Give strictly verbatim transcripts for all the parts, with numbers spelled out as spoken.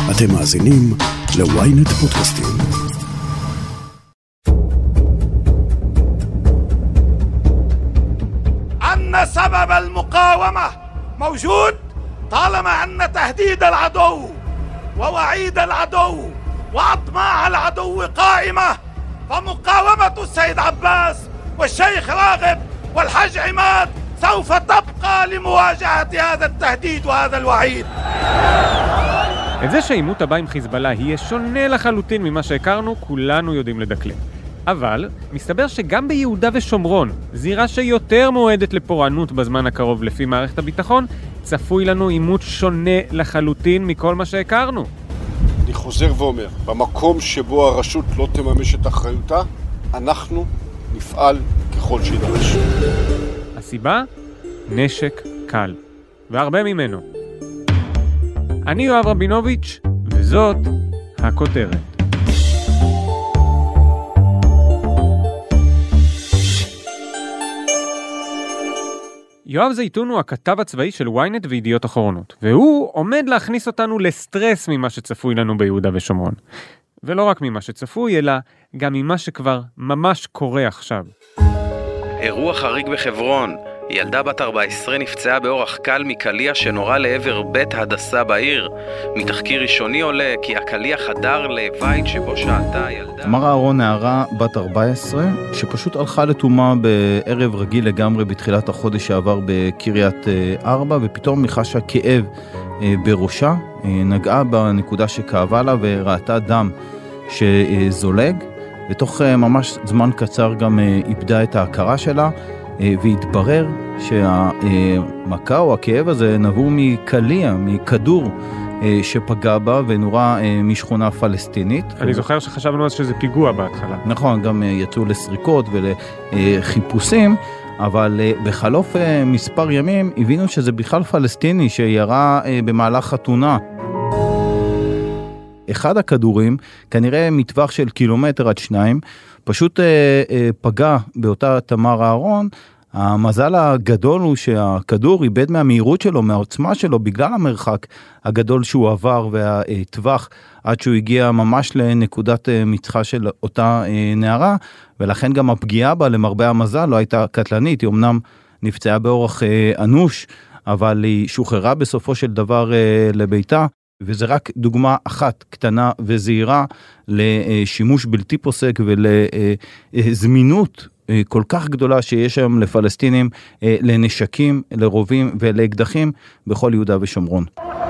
אתם מאזינים ל-ynet פודקאסטים. أن سبب المقاومة موجود طالما أن تهديد العدو ووعيد العدو وأطماع العدو قائمة، فمقاومة السيد عباس والشيخ راغب والحج عماد سوف تبقى لمواجهة هذا التهديد وهذا الوعيد. את זה שהעימות הבא עם חיזבאללה יהיה שונה לחלוטין ממה שהכרנו, כולנו יודעים לדקלם. אבל מסתבר שגם ביהודה ושומרון, זירה שיותר מועדת לפורענות בזמן הקרוב לפי מערכת הביטחון, צפוי לנו עימות שונה לחלוטין מכל מה שהכרנו. אני חוזר ואומר, במקום שבו הרשות לא תממש את אחריותה, אנחנו נפעל ככל שידרש. הסיבה? נשק קל. והרבה ממנו. אני יואב רבינוביץ', וזאת הכותרת. יואב זיתון הוא הכתב הצבאי של ynet וידיעות אחרונות, והוא עומד להכניס אותנו לסטרס ממה שצפוי לנו ביהודה ושומרון. ולא רק ממה שצפוי, אלא גם ממה שכבר ממש קורה עכשיו. אירוע חריג בחברון. ילדה בת ארבע עשרה נפצעה באורח קל מקליע שנורה לעבר בית הדסה בעיר. מתחקיר ראשוני עולה כי הקליע חדר לבית שבו שעתה ילדה. תמר אהרון נערה בת ארבע עשרה שפשוט הלכה לתומה בערב רגיל לגמרי בתחילת החודש שעבר בקריית ארבע, ופתאום היא חשה כאב בראשה, נגעה בנקודה שכאבה לה וראתה דם שזולג, ותוך ממש זמן קצר גם איבדה את ההכרה שלה, והתברר שהמכה או הכאב הזה נבעו מקליע, מכדור שפגע בה ונורה משכונה פלסטינית. אני זוכר שחשבנו אז שזה פיגוע בהתחלה. נכון, גם יצאו לסריקות ולחיפושים, אבל בחלוף מספר ימים הבינו שזה בכלל פלסטיני שירה במהלך חתונה. אחד הכדורים, כנראה מטווח של קילומטר עד שניים, פשוט אה, אה, פגע באותה תמר אהרון. המזל הגדול הוא שהכדור איבד מהמהירות שלו, מהעוצמה שלו, בגלל המרחק הגדול שהוא עבר והטווח, עד שהוא הגיע ממש לנקודת מצחה של אותה אה, נערה, ולכן גם הפגיעה בה למרבה המזל לא הייתה קטלנית, היא אמנם נפצעה באורח אה, אנוש, אבל היא שוחררה בסופו של דבר אה, לביתה, וזה רק דוגמה אחת קטנה וזהירה לשימוש בלתי פוסק ולזמינות כל כך גדולה שיש היום לפלסטינים לנשקים, לרובים ולאקדחים בכל יהודה ושומרון.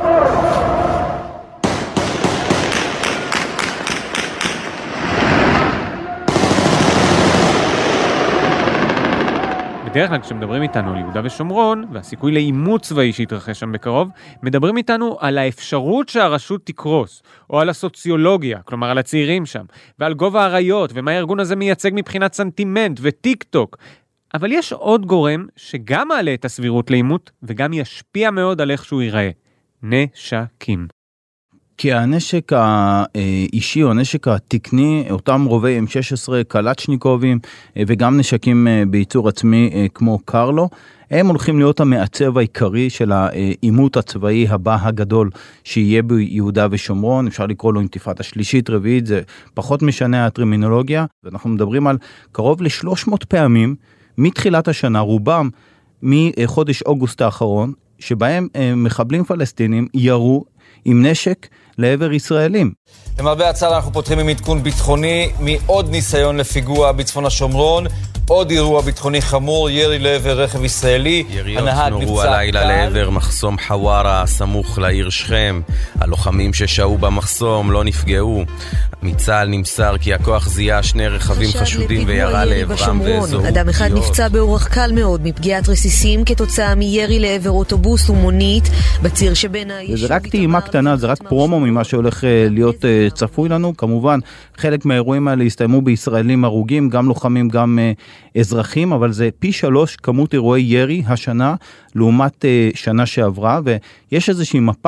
בדרך כלל כשמדברים איתנו על יהודה ושומרון, והסיכוי לאימות צבאי שיתרחש שם בקרוב, מדברים איתנו על האפשרות שהרשות תקרוס, או על הסוציולוגיה, כלומר על הצעירים שם, ועל גובה הריות, ומה הארגון הזה מייצג מבחינת סנטימנט וטיק טוק. אבל יש עוד גורם שגם מעלה את הסבירות לאימות, וגם ישפיע מאוד על איך שהוא ייראה. נשקים. כי הנשק האישי או הנשק התקני, אותם רובי אם שש עשרה קלצ'ניקובים וגם נשקים בייצור עצמי כמו קרלו, הם הולכים להיות המעצב העיקרי של האימות הצבאי הבא הגדול שיהיה ביהודה ושומרון. אפשר לקרוא לו אינתיפאדה שלישית, רביעית, זה פחות משנה הטרמינולוגיה, ואנחנו מדברים על קרוב ל-שלוש מאות פעמים מתחילת השנה, רובם מחודש אוגוסט האחרון, שבהם מחבלים פלסטינים ירו עם נשק לעבר ישראלים. למרבה הצער אנחנו פותחים עם עדכון ביטחוני מעוד ניסיון לפיגוע בצפון השומרון, עוד אירוע ביטחוני חמור, ירי לעבר רכב ישראלי. יריות נורו הלילה לעבר מחסום חווארה, סמוך לעיר שכם. הלוחמים ששהו במחסום לא נפגעו. מצה"ל נמסר כי הכוח זיהה שני רכבים חשודים וירה לעברם ואזור. אדם אחד נפצע באורח קל מאוד מפגיעת רסיסים כתוצאה מירי לעבר אוטובוס ומונית בציר שבין היישובים. זה רק טעימה קטנה, זה רק פרומו ממה שהולך להיות צפוי לנו. כמובן, חלק מהאירועים האלה הסתיימו בישראלים הרוגים, גם לוחמים, גם אזרחים, אבל זה פי שלוש כמות אירועי ירי השנה לעומת שנה שעברה, ויש איזושהי מפה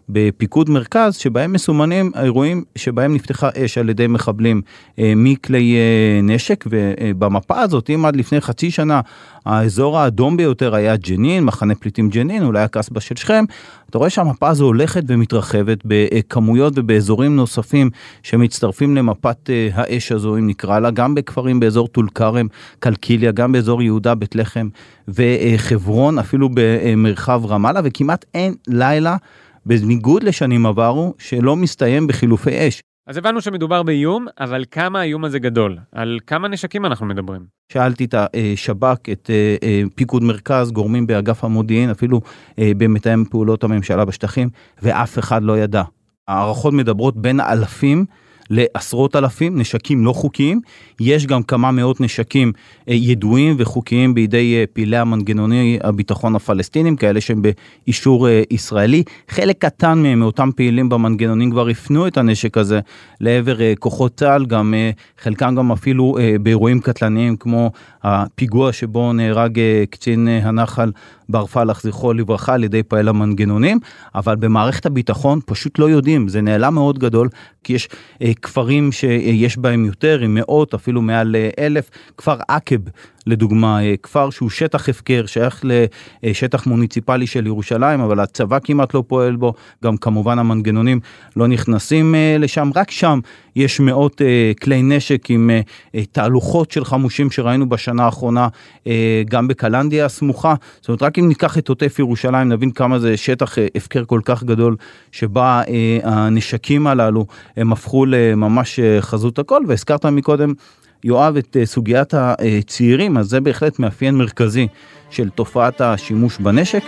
בפיקוד מרכז, שבהם מסומנים האירועים שבהם נפתחה אש על ידי מחבלים מכלי נשק, ובמפה הזאת, אם עד לפני חצי שנה, האזור האדום ביותר היה ג'נין, מחנה פליטים ג'נין, אולי הקסבה של שכם, אתה רואה שהמפה הזו הולכת ומתרחבת בכמויות ובאזורים נוספים שמצטרפים למפת האש הזו, אם נקרא לה, גם בכפרים באזור טול כרם, קלקיליה, גם באזור יהודה, בית לחם וחברון, אפילו במרחב רמאללה, וכמעט אין לילה, בניגוד לשנים עברו, שלא מסתיים בחילופי אש. אז הבנו שמדובר באיום, אבל כמה האיום הזה גדול? על כמה נשקים אנחנו מדברים? שאלתי את השב"כ, את פיקוד מרכז, גורמים באגף המודיעין, אפילו במתאם פעולות הממשלה בשטחים, ואף אחד לא ידע. הערכות מדברות בין אלפים לעשרות אלפים, נשקים לא חוקיים, יש גם כמה מאות נשקים ידועים וחוקיים בידי פעילי המנגנוני הביטחון הפלסטינים, כאלה שהם באישור ישראלי, חלק קטן מהם, מאותם פעילים במנגנונים כבר הפנו את הנשק הזה לעבר כוחות צה"ל, גם חלקם גם אפילו באירועים קטלניים, כמו הפיגוע שבו נהרג קצין הנחל בר פלח, זכרו לברכה, על ידי פעיל המנגנונים, אבל במערכת הביטחון פשוט לא יודעים, זה נעלם מאוד גדול, כי יש כפרים שיש בהם יותר, עם מאות, אפילו מעל אלף, כפר עקב, לדוגמה, כפר שהוא שטח הפקר, שייך לשטח מוניציפלי של ירושלים, אבל הצבא כמעט לא פועל בו, גם כמובן המנגנונים לא נכנסים לשם, רק שם יש מאות כלי נשק עם תהלוכות של חמושים שראינו בשנה האחרונה, גם בקלנדיה הסמוכה, זאת אומרת, רק אם ניקח את עוטף ירושלים, נבין כמה זה שטח הפקר כל כך גדול, שבה הנשקים הללו הם הפכו לממש חזות הכל, והזכרת מקודם, יואב, את סוגיית הצעירים, אז זה בהחלט מאפיין מרכזי של תופעת השימוש בנשק.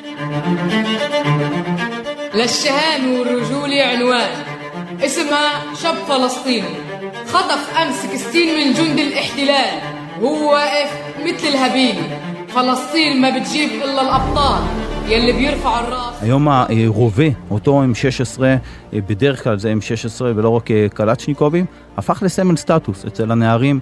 للشهامة والرجولة عنوان اسمها شاب فلسطيني خطف أمس ستين من جند الاحتلال هو واقف مثل الهبيلي فلسطين ما بتجيب إلا الأبطال يلي بيرفع الراس. היום הרובה, אותו אם שש עשרה, בדרך כלל זה אם שש עשרה ולא רק קלצ'ניקובים, הפך לסמל סטטוס אצל הנערים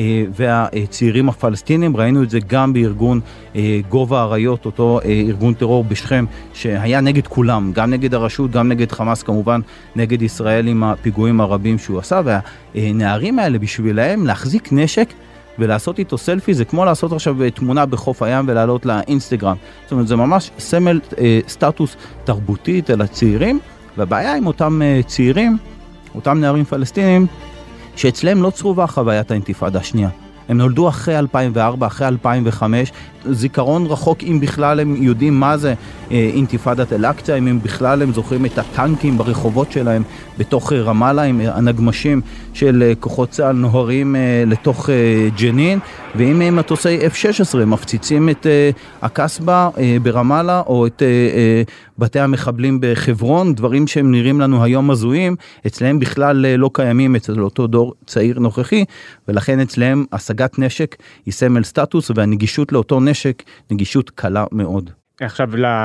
והצעירים הפלסטינים. ראינו את זה גם בארגון גובה הריות, אותו ארגון טרור בשכם שהיה נגד כולם, גם נגד הרשות, גם נגד חמאס, כמובן נגד ישראל עם הפיגועים הרבים שהוא עשה, והנערים האלה בשבילהם להחזיק נשק ולעשות איתו סלפי, זה כמו לעשות עכשיו תמונה בחוף הים ולעלות לאינסטגרם. זאת אומרת, זה ממש סמל אה, סטטוס תרבותי אל הצעירים, והבעיה עם אותם אה, צעירים, אותם נערים פלסטינים, שאצלם לא צרובה חוויית האינתיפאדה השנייה. הם נולדו אחרי אלפיים וארבע, אחרי אלפיים וחמש, זיכרון רחוק אם בכלל הם יודעים מה זה אה, אינתיפאדת אל-אקצה, אם הם בכלל הם זוכרים את הטנקים ברחובות שלהם בתוך אה, רמאללה, עם אה, הנגמשים של אה, כוחות צה"ל נוהרים אה, לתוך אה, ג'נין, ואם הם מטוסי אף שש עשרה מפציצים את אה, הקסבה אה, ברמאללה, או את אה, אה, בתי המחבלים בחברון, דברים שהם נראים לנו היום הזויים, אצלהם בכלל אה, לא קיימים אצל אותו דור צעיר נוכחי, ולכן אצלהם השגת נשק היא סמל סטטוס, והנגישות לאותו נשק, נגישות קלה מאוד. עכשיו,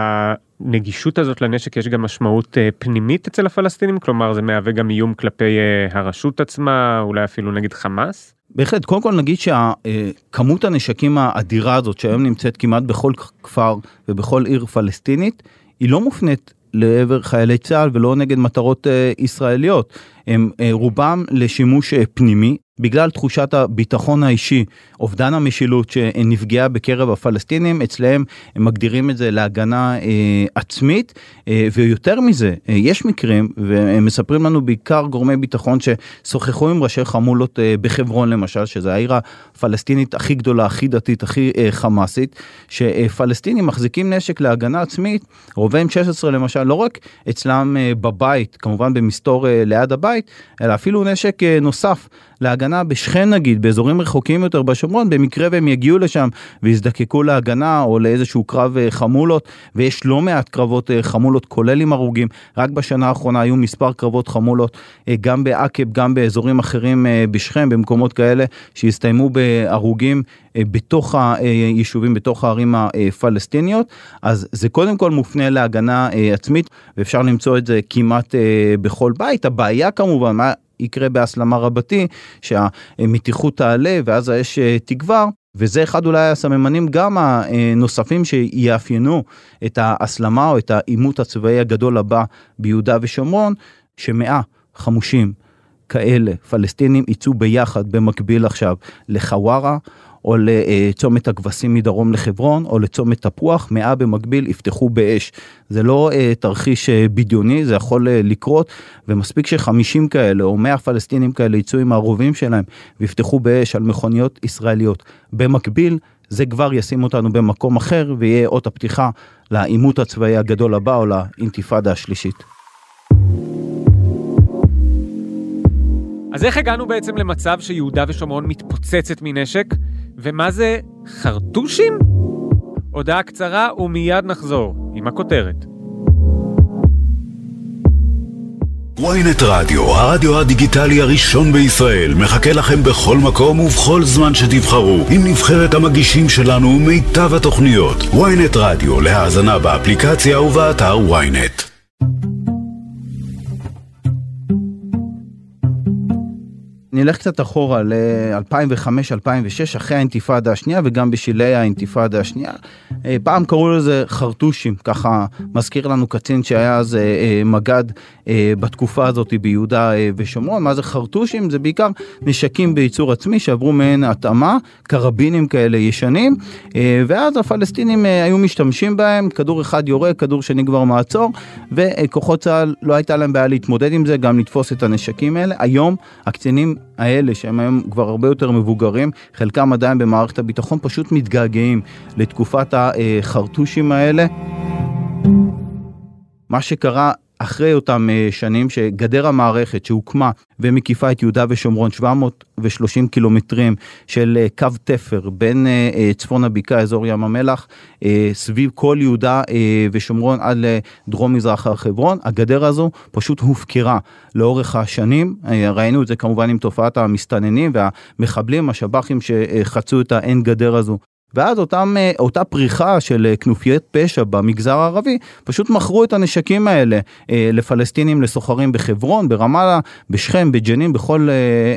לנגישות הזאת לנשק יש גם משמעות פנימית אצל הפלסטינים? כלומר, זה מהווה גם איום כלפי הרשות עצמה, אולי אפילו נגד חמאס? בהחלט, קודם כל נגיד שכמות הנשקים האדירה הזאת, שהיום נמצאת כמעט בכל כפר ובכל עיר פלסטינית, היא לא מופנית לעבר חיילי צה"ל ולא נגד מטרות ישראליות. הם רובם לשימוש פנימי, בגלל תחושת הביטחון האישי, אובדן המשילות שנפגעה בקרב הפלסטינים, אצלהם הם מגדירים את זה להגנה אה, עצמית, אה, ויותר מזה, אה, יש מקרים, והם מספרים לנו בעיקר גורמי ביטחון ששוחחו עם ראשי חמולות אה, בחברון למשל, שזה העיר הפלסטינית הכי גדולה, הכי דתית, הכי אה, חמאסית, שפלסטינים מחזיקים נשק להגנה עצמית, רובה אם שש עשרה למשל, לא רק אצלם אה, בבית, כמובן במסתור אה, ליד הבית, אלא אפילו נשק אה, נוסף, להגנה בשכן נגיד, באזורים רחוקים יותר בשומרון, במקרה והם יגיעו לשם ויזדקקו להגנה או לאיזשהו קרב חמולות, ויש לא מעט קרבות חמולות כולל עם הרוגים, רק בשנה האחרונה היו מספר קרבות חמולות, גם בעקב, גם באזורים אחרים בשכם, במקומות כאלה שהסתיימו בהרוגים בתוך היישובים, בתוך הערים הפלסטיניות, אז זה קודם כל מופנה להגנה עצמית, ואפשר למצוא את זה כמעט בכל בית. הבעיה כמובן, מה יקרה בהסלמה רבתי, שהמתיחות תעלה ואז האש תגבר, וזה אחד אולי הסממנים גם הנוספים שיאפיינו את ההסלמה או את העימות הצבאי הגדול הבא ביהודה ושומרון, שמאה חמושים כאלה פלסטינים יצאו ביחד במקביל עכשיו לחווארה, או לצומת הכבשים מדרום לחברון, או לצומת תפוח, מאה במקביל יפתחו באש. זה לא תרחיש בדיוני, זה יכול לקרות, ומספיק שחמישים כאלה, או מאה פלסטינים כאלה, יצאו עם הרובים שלהם, ויפתחו באש על מכוניות ישראליות. במקביל, זה כבר ישים אותנו במקום אחר, ויהיה אות הפתיחה לעימות הצבאי הגדול הבא, או לאינתיפאדה השלישית. אז איך הגענו בעצם למצב שיהודה ושומרון מתפוצצת מנשק? ומה זה חרטושים? הודעה קצרה ומיד נחזור עם הכותרת. וויינט רדיו, הרדיו הדיגיטלי הראשון בישראל, מחכה לכם בכל מקום ובכל זמן שתבחרו, עם נבחרת המגישים שלנו ומיטב התוכניות. וויינט רדיו, להאזנה באפליקציה ובאתר וויינט. נלך קצת אחורה ל-אלפיים וחמש אלפיים ושש, אחרי האינתיפאדה השנייה, וגם בשלהי האינתיפאדה השנייה. פעם קראו לזה חרטושים, ככה מזכיר לנו קצין שהיה אז מגד בתקופה הזאת ביהודה ושומרון. מה זה חרטושים? זה בעיקר נשקים בייצור עצמי, שעברו מהן התאמה, קרבינים כאלה ישנים, ואז הפלסטינים היו משתמשים בהם, כדור אחד יורה, כדור שני כבר מעצור, וכוחות צה"ל לא הייתה להם בעיה להתמודד עם זה, גם לתפוס את הנשקים האלה. היום הקצינים האלה, שהם היום כבר הרבה יותר מבוגרים, חלקם עדיין במערכת הביטחון, פשוט מתגעגעים לתקופת החרטושים האלה. מה שקרה אחרי אותם שנים, שגדר המערכת שהוקמה ומקיפה את יהודה ושומרון, שבע מאות ושלושים קילומטרים של קו תפר בין צפון הבקעה, אזור ים המלח, סביב כל יהודה ושומרון עד לדרום מזרח הר חברון, הגדר הזו פשוט הופקרה לאורך השנים. ראינו את זה כמובן עם תופעת המסתננים והמחבלים, השב"חים שחצו את האין גדר הזו. ואז אותם, אותה פריחה של כנופיות פשע במגזר הערבי, פשוט מכרו את הנשקים האלה לפלסטינים, לסוחרים בחברון, ברמאללה, בשכם, בג'נין, בכל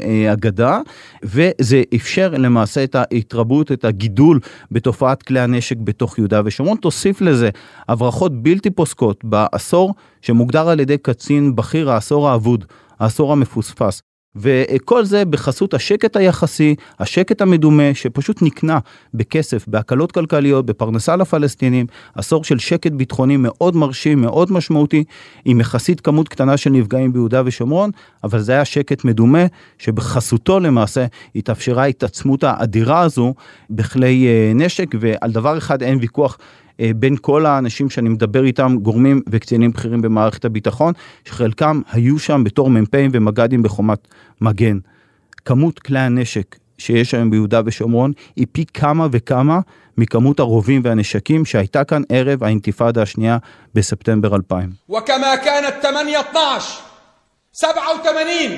הגדה, וזה אפשר למעשה את ההתרבות, את הגידול בתופעת כלי הנשק בתוך יהודה ושומרון. תוסיף לזה הברחות בלתי פוסקות בעשור שמוגדר על ידי קצין בכיר, העשור האבוד, העשור המפוספס. וכל זה בחסות השקט היחסי, השקט המדומה, שפשוט נקנה בכסף, בהקלות כלכליות, בפרנסה לפלסטינים, עשור של שקט ביטחוני מאוד מרשים, מאוד משמעותי, עם יחסית כמות קטנה של נפגעים ביהודה ושומרון, אבל זה היה שקט מדומה, שבחסותו למעשה התאפשרה התעצמות האדירה הזו, בכלי נשק, ועל דבר אחד אין ויכוח, בין כל האנשים שאני מדבר איתם, גורמים וקצינים בכירים במערכת הביטחון, שחלקם היו שם בתור מ"פים ומג"דים בחומת מגן. כמות כלי הנשק שיש היום ביהודה ושומרון, היא פי כמה וכמה מכמות הרובים והנשקים שהייתה כאן ערב האינתיפאדה השנייה בספטמבר אלפיים. וכמה كانت ثمانية عشر سبعة وثمانين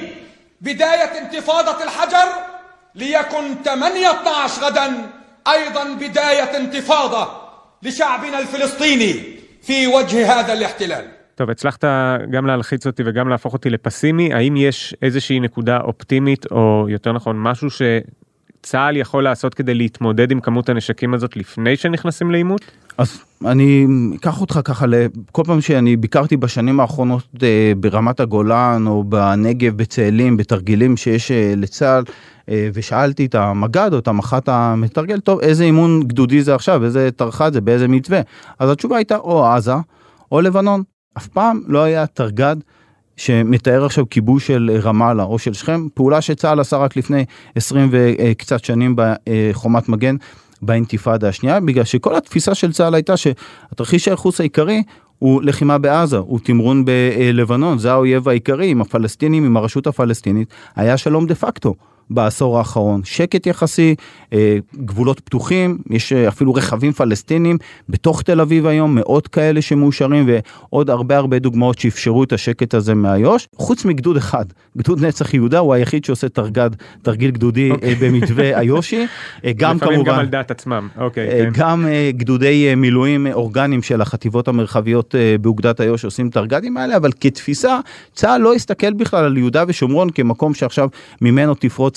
بداية انتفاضة الحجر ليكن ثمانية عشر غدا أيضا بداية انتفاضة לשעבנו הפלסטיני في وجه هذا الاحتلال. טוב, הצלחת גם להלחיץ אותי וגם להפוך אותי לפסימי. האם יש איזושהי נקודה אופטימית, או יותר נכון, משהו שצה"ל יכול לעשות כדי להתמודד עם כמות הנשקים הזאת לפני שנכנסים לעימות? אז אני אקח אותך ככה, כל פעם שאני ביקרתי בשנים האחרונות ברמת הגולן, או בנגב, בצאלים, בתרגילים שיש לצה"ל, ושאלתי את המגד או את המח"ט המתרגל, טוב, איזה אימון גדודי זה עכשיו, איזה תרח"ט זה, באיזה מתווה? אז התשובה הייתה או עזה או לבנון. אף פעם לא היה תרגד שמתאר עכשיו כיבוש של רמאללה או של שכם, פעולה שצה"ל עשה רק לפני עשרים וקצת שנים בחומת מגן באינתיפאדה השנייה, בגלל שכל התפיסה של צה"ל הייתה שהתרחיש הייחוס העיקרי הוא לחימה בעזה, הוא תמרון בלבנון, זה האויב העיקרי, עם הפלסטינים, עם הרשות הפלסטינית, היה שלום דה פקטו. בעשור האחרון, שקט יחסי, גבולות פתוחים, יש אפילו רכבים פלסטינים בתוך תל אביב היום, מאות כאלה שמאושרים, ועוד הרבה הרבה דוגמאות שאפשרו את השקט הזה מהיוש, חוץ מגדוד אחד, גדוד נצח יהודה, הוא היחיד שעושה תרגד, תרגיל גדודי okay. במתווה היושי, גם כמובן, גם על דעת עצמם, okay, גם כן. גדודי מילואים אורגניים של החטיבות המרחביות באוגדת היוש עושים תרגדים האלה, אבל כתפיסה, צה"ל לא הסתכל בכלל על יהודה ושומרון כמקום שעכשיו ממנו תפרוץ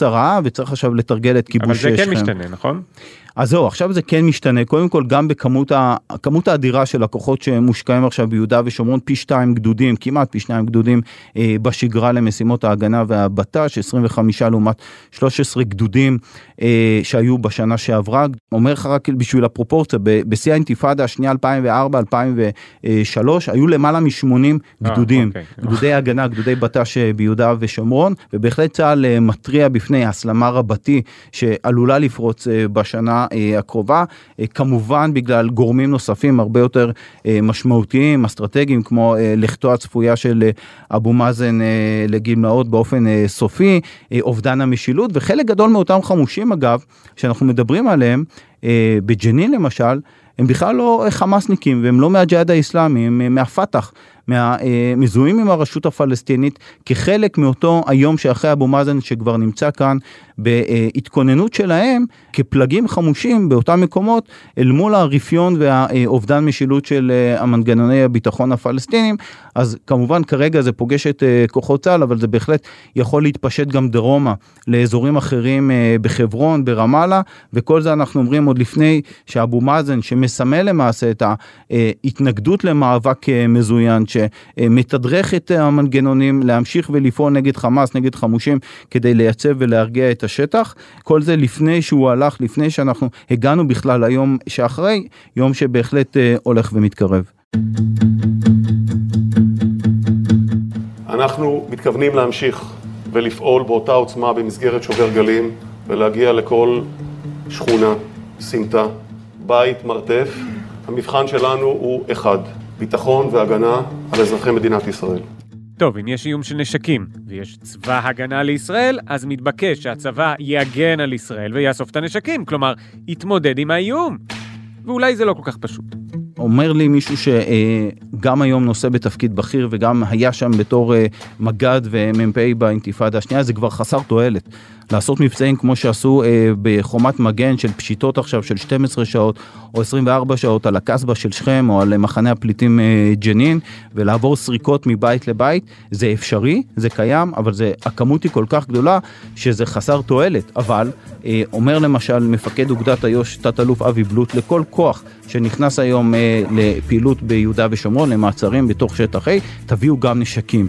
הרעה, וצריך עכשיו לתרגל את כיבוש שכם. אבל זה כן משתנה, נכון? אז זהו, עכשיו זה כן משתנה, קודם כל גם בכמות ה, הכמות האדירה של הכוחות שמושקעים עכשיו ביהודה ושומרון, פי שתיים גדודים, כמעט פי שניים גדודים אה, בשגרה למשימות ההגנה והבט"ש, עשרים וחמישה לעומת שלוש עשרה גדודים אה, שהיו בשנה שעברה. אומר לך רק בשביל הפרופורציה, בשיא האינתיפאדה השנייה אלפיים וארבע אלפיים ושלוש, היו למעלה מ-שמונים גדודים, אוקיי. גדודי הגנה, גדודי בט"ש ביהודה ושומרון, ובהחלט צה"ל מטריע בפני הסלמה רבתי שעלולה לפרוץ בשנה הקרובה, כמובן בגלל גורמים נוספים הרבה יותר משמעותיים, אסטרטגיים, כמו לכתו הצפויה של אבו מאזן לגמלאות באופן סופי, אובדן המשילות, וחלק גדול מאותם חמושים אגב, שאנחנו מדברים עליהם, בג'נין למשל, הם בכלל לא חמאסניקים, והם לא מהג'יהאד האסלאמי, הם מהפתח, מזוהים עם הרשות הפלסטינית, כחלק מאותו היום שאחרי אבו מאזן שכבר נמצא כאן, בהתכוננות שלהם, כפלגים חמושים באותם מקומות, אל מול הרפיון והאובדן משילות של המנגנוני הביטחון הפלסטינים. אז כמובן כרגע זה פוגש את כוחות צה"ל, אבל זה בהחלט יכול להתפשט גם דרומה, לאזורים אחרים בחברון, ברמאללה, וכל זה אנחנו אומרים עוד לפני שאבו מאזן, שמסמל למעשה את ההתנגדות למאבק מזוין, שמתדרך את המנגנונים להמשיך ולפעול נגד חמאס, נגד חמושים, כדי לייצב ולהרגיע את השטח. כל זה לפני שהוא הלך, לפני שאנחנו הגענו בכלל היום שאחרי, יום שבהחלט הולך ומתקרב. אנחנו מתכוונים להמשיך ולפעול באותה עוצמה במסגרת שובר גלים, ולהגיע לכל שכונה, סמטה, בית, מרתף. המבחן שלנו הוא אחד, ביטחון והגנה על אזרחי מדינת ישראל. טוב, אם יש איום של נשקים ויש צבא הגנה לישראל, אז מתבקש שהצבא יגן על ישראל ויאסוף את הנשקים, כלומר, יתמודד עם האיום. ואולי זה לא כל כך פשוט. אומר לי מישהו שגם היום נושא בתפקיד בכיר וגם היה שם בתור מגד ומ"פ באינתיפאדה השנייה, זה כבר חסר תועלת. לעשות מבצעים כמו שעשו אה, בחומת מגן של פשיטות עכשיו של שתים עשרה שעות או עשרים וארבע שעות על הקסבה של שכם או על מחנה הפליטים אה, ג'נין, ולעבור סריקות מבית לבית, זה אפשרי, זה קיים, אבל זה, הכמות היא כל כך גדולה שזה חסר תועלת. אבל אה, אומר למשל מפקד אוגדת איו"ש תת אלוף אבי בלוט, לכל כוח שנכנס היום אה, לפעילות ביהודה ושומרון, למעצרים בתוך שטח A, תביאו גם נשקים.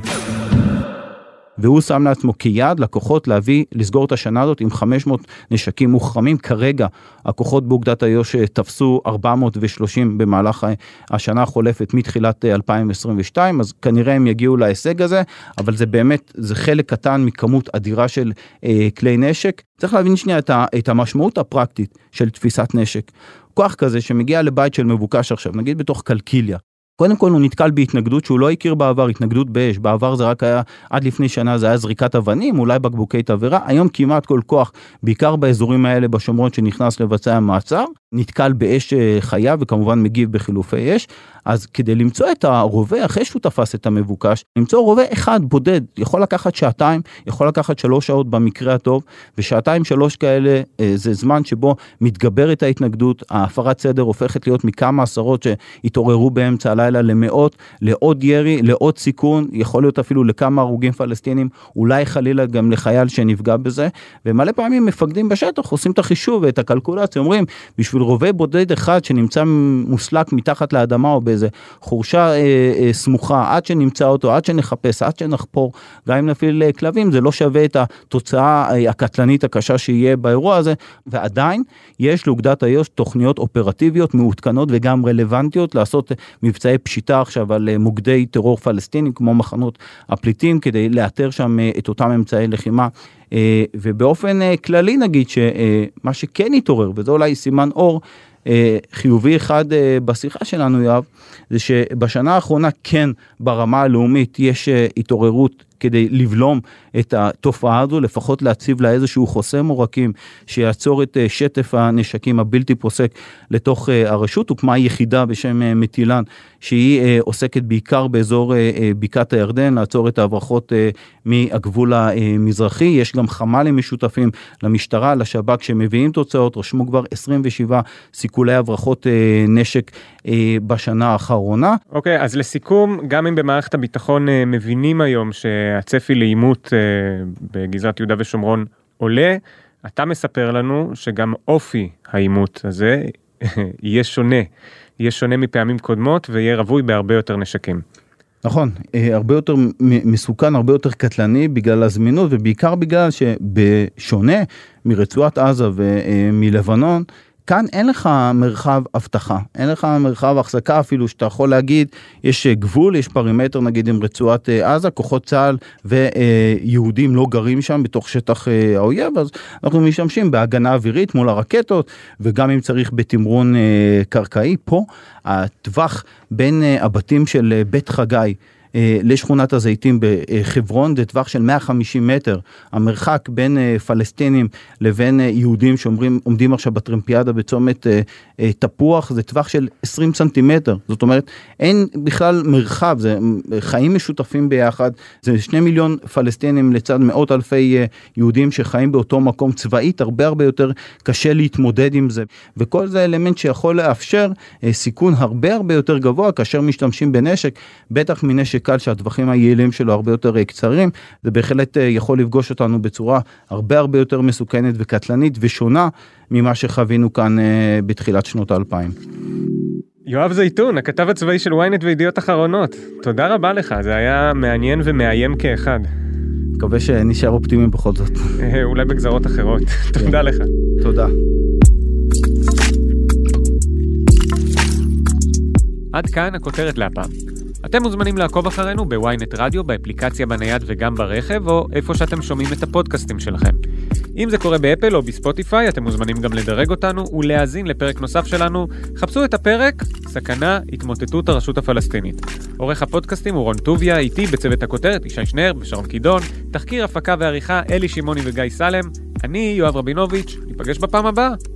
והוא שם לעצמו כיעד לכוחות להביא, לסגור את השנה הזאת עם חמש מאות נשקים מוחרמים. כרגע הכוחות באוגדת איו"ש תפסו ארבע מאות ושלושים במהלך השנה החולפת מתחילת אלפיים עשרים ושתיים, אז כנראה הם יגיעו להישג הזה, אבל זה באמת, זה חלק קטן מכמות אדירה של אה, כלי נשק. צריך להבין שנייה את, ה, את המשמעות הפרקטית של תפיסת נשק. כוח כזה שמגיע לבית של מבוקש עכשיו, נגיד בתוך קלקיליה, קודם כל הוא נתקל בהתנגדות שהוא לא הכיר בעבר, התנגדות באש. בעבר זה רק היה, עד לפני שנה זה היה זריקת אבנים, אולי בקבוקי תבערה. היום כמעט כל כוח, בעיקר באזורים האלה בשומרון שנכנס לבצע המעצר, נתקל באש חיה וכמובן מגיב בחילופי אש. אז כדי למצוא את הרובה, אחרי שהוא תפס את המבוקש, למצוא רובה אחד בודד, יכול לקחת שעתיים, יכול לקחת שלוש שעות במקרה הטוב, ושעתיים שלוש כאלה זה זמן שבו מתגברת ההתנגדות, ההפרת סדר הופכת להיות מכמה עשרות שהתעוררו באמצע הלילה למאות, לעוד ירי, לעוד סיכון, יכול להיות אפילו לכמה הרוגים פלסטינים, אולי חלילה גם לחייל שנפגע בזה, ומלא פעמים מפקדים בשטח, עושים את החישוב ואת הקלקולציה, אומרים, בשביל רובה בודד אחד שנמצא מוסלק מתחת לאדמה או באיזה חורשה אה, אה, סמוכה, עד שנמצא אותו, עד שנחפש, עד שנחפור, גם אם נפיל כלבים, זה לא שווה את התוצאה אה, הקטלנית הקשה שיהיה באירוע הזה, ועדיין יש לאוגדת איו"ש תוכניות אופרטיביות מעודכנות וגם רלוונטיות, לעשות מבצעי פשיטה עכשיו על אה, מוקדי טרור פלסטינים, כמו מחנות הפליטים, כדי לאתר שם אה, את אותם אמצעי לחימה, אה, ובאופן אה, כללי נגיד שמה אה, שכן יתעורר, וזה אולי סימן אור, חיובי אחד בשיחה שלנו, יואב, זה שבשנה האחרונה כן ברמה הלאומית יש התעוררות כדי לבלום את התופעה הזו, לפחות להציב לה איזשהו חוסם עורקים שיעצור את שטף הנשקים הבלתי פוסק לתוך הרשות. הוקמה יחידה בשם מטילן, שהיא עוסקת בעיקר באזור בקעת הירדן, לעצור את ההברחות מהגבול המזרחי. יש גם חמ"לים משותפים למשטרה, לשב"כ, שמביאים תוצאות, רשמו כבר עשרים ושבע סיכולי הברחות נשק בשנה האחרונה. אוקיי, אז לסיכום, גם אם במערכת הביטחון מבינים היום שהצפי לאימות בגזרת יהודה ושומרון עולה, אתה מספר לנו שגם אופי העימות הזה יהיה שונה, יהיה שונה מפעמים קודמות ויהיה רבוי בהרבה יותר נשקים. נכון, הרבה יותר מסוכן, הרבה יותר קטלני בגלל הזמינות, ובעיקר בגלל שבשונה מרצועת עזה ומלבנון, כאן אין לך מרחב הבטחה, אין לך מרחב החזקה אפילו שאתה יכול להגיד, יש גבול, יש פרימטר נגיד עם רצועת עזה, כוחות צה"ל ויהודים לא גרים שם בתוך שטח האויב, אז אנחנו משתמשים בהגנה אווירית מול הרקטות, וגם אם צריך בתמרון קרקעי, פה הטווח בין הבתים של בית חגי, לשכונת הזיתים בחברון, זה טווח של מאה וחמישים מטר, המרחק בין פלסטינים לבין יהודים שעומדים עכשיו בטרמפיאדה בצומת תפוח, זה טווח של עשרים סנטימטר, זאת אומרת, אין בכלל מרחב, זה חיים משותפים ביחד, זה שני מיליון פלסטינים לצד מאות אלפי יהודים שחיים באותו מקום צבאית, הרבה הרבה יותר קשה להתמודד עם זה, וכל זה אלמנט שיכול לאפשר סיכון הרבה הרבה יותר גבוה, כאשר משתמשים בנשק, בטח מנשק קל שהטווחים היעילים שלו הרבה יותר קצרים, זה בהחלט יכול לפגוש אותנו בצורה הרבה הרבה יותר מסוכנת וקטלנית ושונה ממה שחווינו כאן בתחילת שנות האלפיים. יואב זייתון, הכתב הצבאי של וויינט וידיעות אחרונות, תודה רבה לך, זה היה מעניין ומאיים כאחד. מקווה שנשאר אופטימיים בכל זאת. אולי בגזרות אחרות. תודה לך. תודה. עד כאן הכותרת להפעם. אתם מוזמנים לעקוב אחרינו בוויינט רדיו, באפליקציה בנייד וגם ברכב, או איפה שאתם שומעים את הפודקאסטים שלכם. אם זה קורה באפל או בספוטיפיי, אתם מוזמנים גם לדרג אותנו ולהאזין לפרק נוסף שלנו. חפשו את הפרק, סכנה, התמוטטות הרשות הפלסטינית. עורך הפודקאסטים הוא רון טוביה, איתי בצוות הכותרת, ישי שנר ושרון קידון, תחקיר הפקה ועריכה, אלי שימוני וגיא סלם. אני יואב רבינוביץ', ניפגש בפעם הבאה.